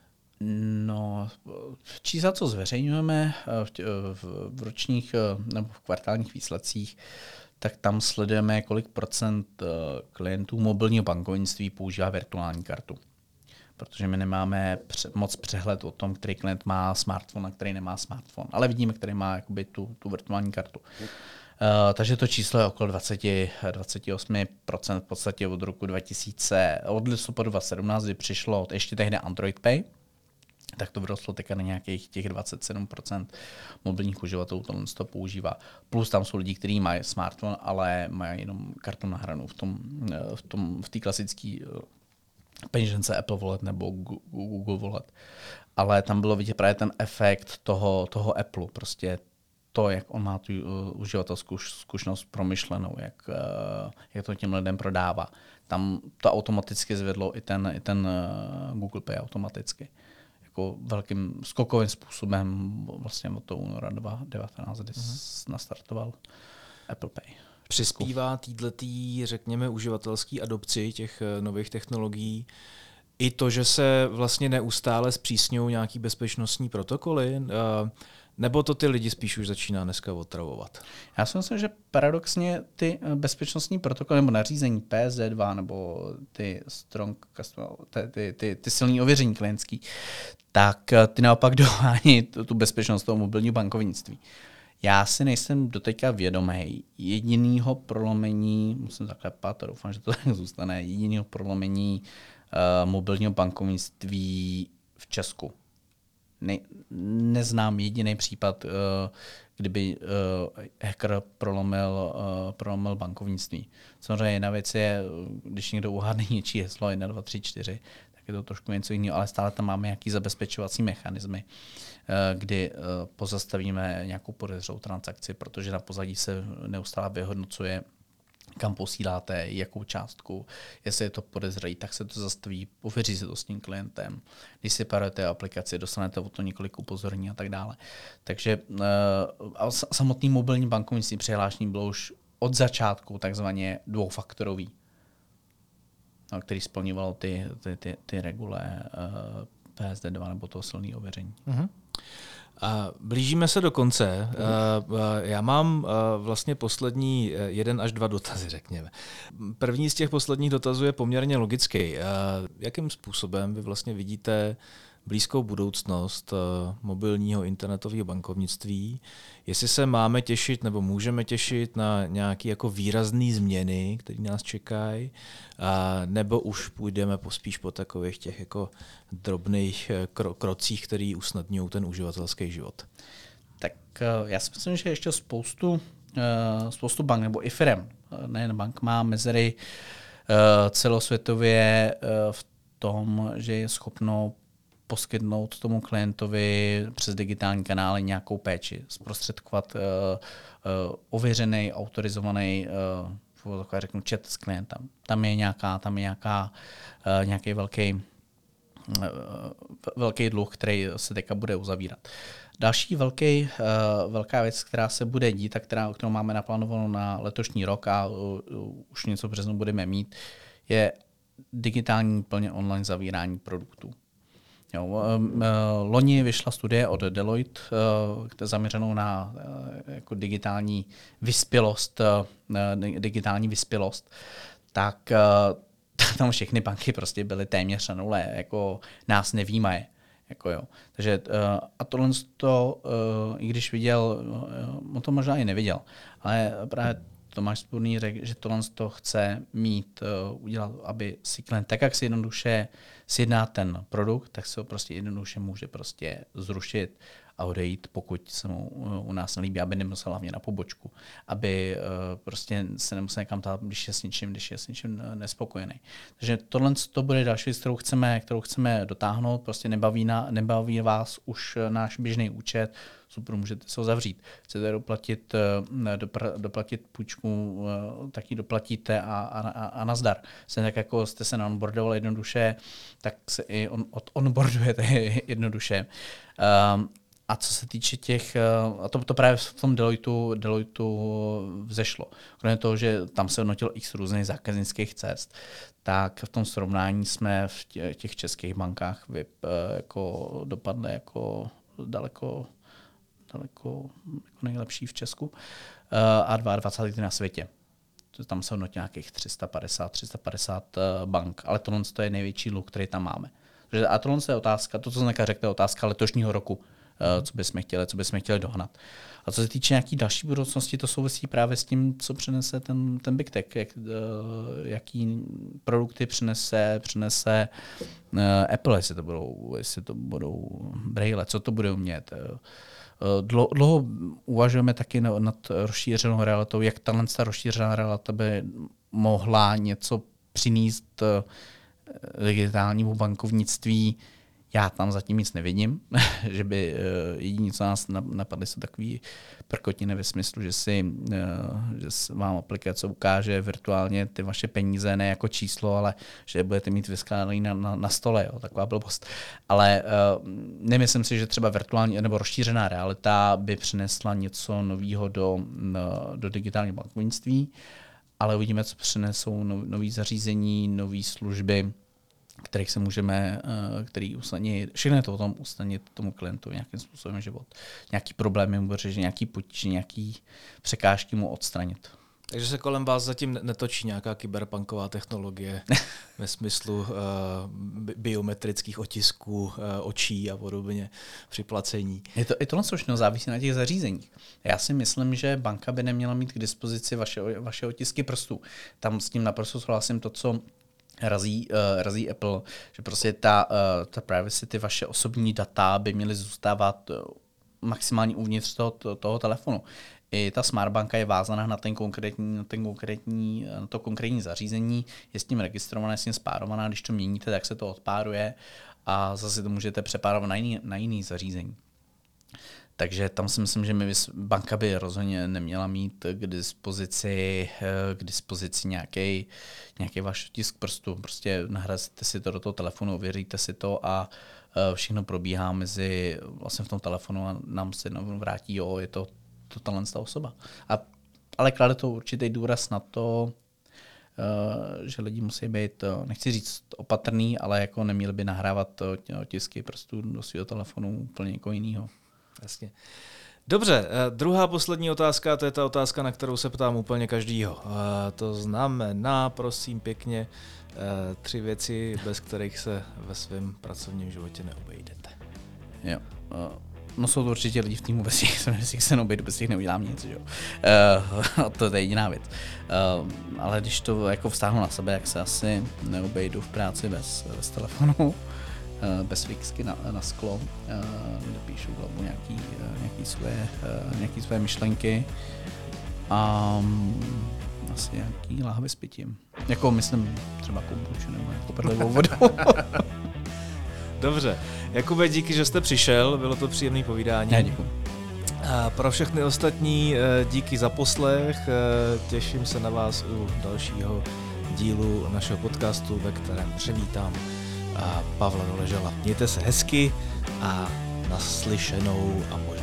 No, čísla, co zveřejňujeme v, v, v ročních nebo v kvartálních výsledcích, tak tam sledujeme, kolik procent klientů mobilního bankovnictví používá virtuální kartu. Protože my nemáme pře- moc přehled o tom, který klient má smartphone a který nemá smartphone. Ale vidíme, který má jakoby tu, tu virtuální kartu. Uh, takže to číslo je okolo dvacet, dvacet osm procent v podstatě od roku dva tisíce, od listopadu dva tisíce sedmnáct, kdy přišlo ještě tehdy Android Pay, tak to vyrostlo teďka na nějakých těch dvacet sedm procent mobilních uživatelů tohle to používá. Plus tam jsou lidi, kteří mají smartphone, ale mají jenom kartu nahranou v tom, v tom, v té klasické peněžence Apple Wallet nebo Google Wallet. Ale tam bylo vidět právě ten efekt toho, toho Apple, prostě to, jak on má tu uh, uživatelskou zkušenost promyšlenou, jak, uh, jak to těm lidem prodává. Tam to automaticky zvedlo i ten, i ten uh, Google Pay automaticky. Jako velkým skokovým způsobem vlastně od toho února dva tisíce devatenáct, kdy uh-huh. nastartoval Apple Pay. Přispívá týhletý, řekněme, uživatelský adopci těch nových technologií i to, že se vlastně neustále zpřísňují nějaký bezpečnostní protokoly. Nebo to ty lidi spíš už začíná dneska otravovat? Já si myslím, že paradoxně ty bezpečnostní protokoly nebo nařízení P S D dva nebo ty strong ty, ty, ty, ty silný ověření klientský, tak ty naopak dohání tu bezpečnost toho mobilního bankovnictví. Já si nejsem doteďka vědomý jedinýho prolomení, musím zaklepat a doufám, že to tak zůstane, jedinýho prolomení uh, mobilního bankovnictví v Česku. Ne, neznám jediný případ, uh, kdyby uh, hacker prolomil, uh, prolomil bankovnictví. Samozřejmě jedna věc je, když někdo uhádne něčí heslo jedna, dva, tři, čtyři, tak je to trošku něco jiného, ale stále tam máme nějaký zabezpečovací mechanismy, kdy pozastavíme nějakou podezřelou transakci, protože na pozadí se neustále vyhodnocuje, kam posíláte, jakou částku. Jestli je to podezřelý, tak se to zastaví, ověří se to s tím klientem. Když si parujete aplikaci, dostanete o to několik upozornění a tak dále. Takže a samotný mobilní bankovnictví přihlášení bylo už od začátku takzvaně dvoufaktorový, který splňovalo ty, ty, ty, ty regule P S D dva nebo toho silného ověření. Uh-huh. A blížíme se do konce. Uh, já mám uh, vlastně poslední jeden až dva dotazy, řekněme. První z těch posledních dotazů je poměrně logický. Uh, jakým způsobem vy vlastně vidíte blízkou budoucnost uh, mobilního internetového bankovnictví? Jestli se máme těšit nebo můžeme těšit na nějaké jako výrazné změny, které nás čekají, uh, nebo už půjdeme pospíš po takových těch jako drobných kro- krocích, které usnadňují ten uživatelský život? Tak uh, já si myslím, že ještě spoustu, uh, spoustu bank nebo i firem, nejen bank, má mezery uh, celosvětově uh, v tom, že je schopno poskytnout tomu klientovi přes digitální kanály nějakou péči, zprostředkovat uh, uh, ověřený, autorizovaný uh, takové řeknu chat s klientem. Tam je nějaká, tam je nějaká, uh, nějaký velký, uh, velký dluh, který se teďka bude uzavírat. Další velký, uh, velká věc, která se bude dít a která, kterou máme naplánovanou na letošní rok a uh, uh, už něco v březnu budeme mít, je digitální plně online zavírání produktů. Jo, um, loni vyšla studie od Deloitte, uh, která zaměřenou na uh, jako digitální vyspělost, uh, digitální vyspělost, tak uh, tam všechny banky prostě byly téměř na nule, jako nás nevímaje. Jako jo. Takže uh, a tohle to, uh, i když viděl, uh, on to možná i neviděl, ale právě Tomáš Spurný řekl, že tohle to chce mít, uh, udělat, aby si klient, tak jak si jednoduše sjedná ten produkt, tak se ho prostě jednoduše může prostě zrušit a odejít, pokud se mu uh, u nás nelíbí, aby nemusel hlavně na pobočku, aby uh, prostě se nemusel někam tát, když je s něčím, když je s něčím nespokojený. Takže tohle to bude další věc, kterou chceme, kterou chceme dotáhnout, prostě nebaví, na, nebaví vás už náš běžný účet, super, můžete se ho zavřít. Chcete doplatit, dopra, doplatit půjčku, tak ji doplatíte a, a, a nazdar. Stejně tak jako jste se naonboardovali jednoduše, tak se i on, od onboardujete jednoduše. Um, a co se týče těch, a to, to právě v tom Deloitu, Deloitu vzešlo. Kromě toho, že tam se hodnotilo x různých zákaznických cest, tak v tom srovnání jsme v těch českých bankách vyp, jako dopadli jako daleko daleko jako nejlepší v Česku a dvacátý druhý na světě. Tam se hodnotí nějakých tři sta padesát, tři sta padesát bank, ale tohle je největší dluh, který tam máme. A tohle je otázka, to, co jsem řekl, je otázka letošního roku, co bychom chtěli, co bychom chtěli dohnat. A co se týče nějaký další budoucnosti, to souvisí právě s tím, co přinese ten, ten Big Tech, jak, jaký produkty přinese, přinese Apple, jestli to budou, jestli to budou braille, co to bude umět. Dlouho uvažujeme taky nad rozšířenou realitou, jak tahle rozšířená realita by mohla něco přinést digitálnímu bankovnictví. Já tam zatím nic nevidím, že by jediné, co nás napadly, jsou takový prkotiny ve smyslu, že si že vám aplikace ukáže virtuálně ty vaše peníze ne jako číslo, ale že je budete mít vyskládaný na, na, na stole, jo, taková blbost. Ale uh, nemyslím si, že třeba virtuální nebo rozšířená realita by přinesla něco nového do, do digitálního bankovnictví, ale uvidíme, co přinesou nové zařízení, nové služby, kterých se můžeme, který usnadní, všechno to o tom usnadnit tomu klientu nějakým způsobem život. Nějaký problémy mu řešit, nějaký potíže, nějaký překážky mu odstranit. Takže se kolem vás zatím netočí nějaká kyberpunková technologie ve smyslu uh, biometrických otisků uh, očí a podobně při placení. Je to, i tohle všechno závisí na těch zařízeních. Já si myslím, že banka by neměla mít k dispozici vaše, vaše otisky prstů. Tam s tím naprosto souhlasím to, co razí, uh, razí Apple, že prostě ta, uh, ta privacy, ty vaše osobní data by měly zůstávat uh, maximálně uvnitř toho, to, toho telefonu. I ta smartbanka je vázaná na ten konkrétní, na ten konkrétní, na to konkrétní zařízení, je s tím registrované, je s tím spárovaná, když to měníte, tak se to odpáruje a zase to můžete přepárovat na jiný, na jiný zařízení. Takže tam si myslím, že my banka by rozhodně neměla mít k dispozici, k dispozici nějaký, nějaký váš otisk prstu. Prostě nahrazíte si to do toho telefonu, ověříte si to a všechno probíhá mezi vlastně v tom telefonu a nám se vrátí, jo, je to to talent ta osoba. A, ale klade to určitý důraz na to, uh, že lidi musí být, uh, nechci říct opatrný, ale jako neměli by nahrávat uh, otisky prstů do svého telefonu úplně někoho jiného. Jasně. Dobře, uh, druhá poslední otázka, to je ta otázka, na kterou se ptám úplně každýho. Uh, to znamená, prosím pěkně, uh, tři věci, bez kterých se ve svém pracovním životě neobejdete. Jo. Uh. No jsou to určitě lidi v týmu, bez těch se neobejdu, bez těch neudělám nic, jo. Uh, to je jediná věc. Uh, ale když to jako vztáhnu na sebe, jak se asi neobejdu v práci bez, bez telefonu, uh, bez fixky na, na sklo, uh, kde píšu v hlavu nějaký, uh, nějaký, své, uh, nějaký své myšlenky a um, asi nějaký láhve s pitím. Jako myslím třeba kombuču nebo jako perlivou vodu. Dobře. Jakube, díky, že jste přišel, bylo to příjemné povídání. Já děkuji. A pro všechny ostatní díky za poslech, těším se na vás u dalšího dílu našeho podcastu, ve kterém přivítám Pavla Doležela. Mějte se hezky a naslyšenou a možná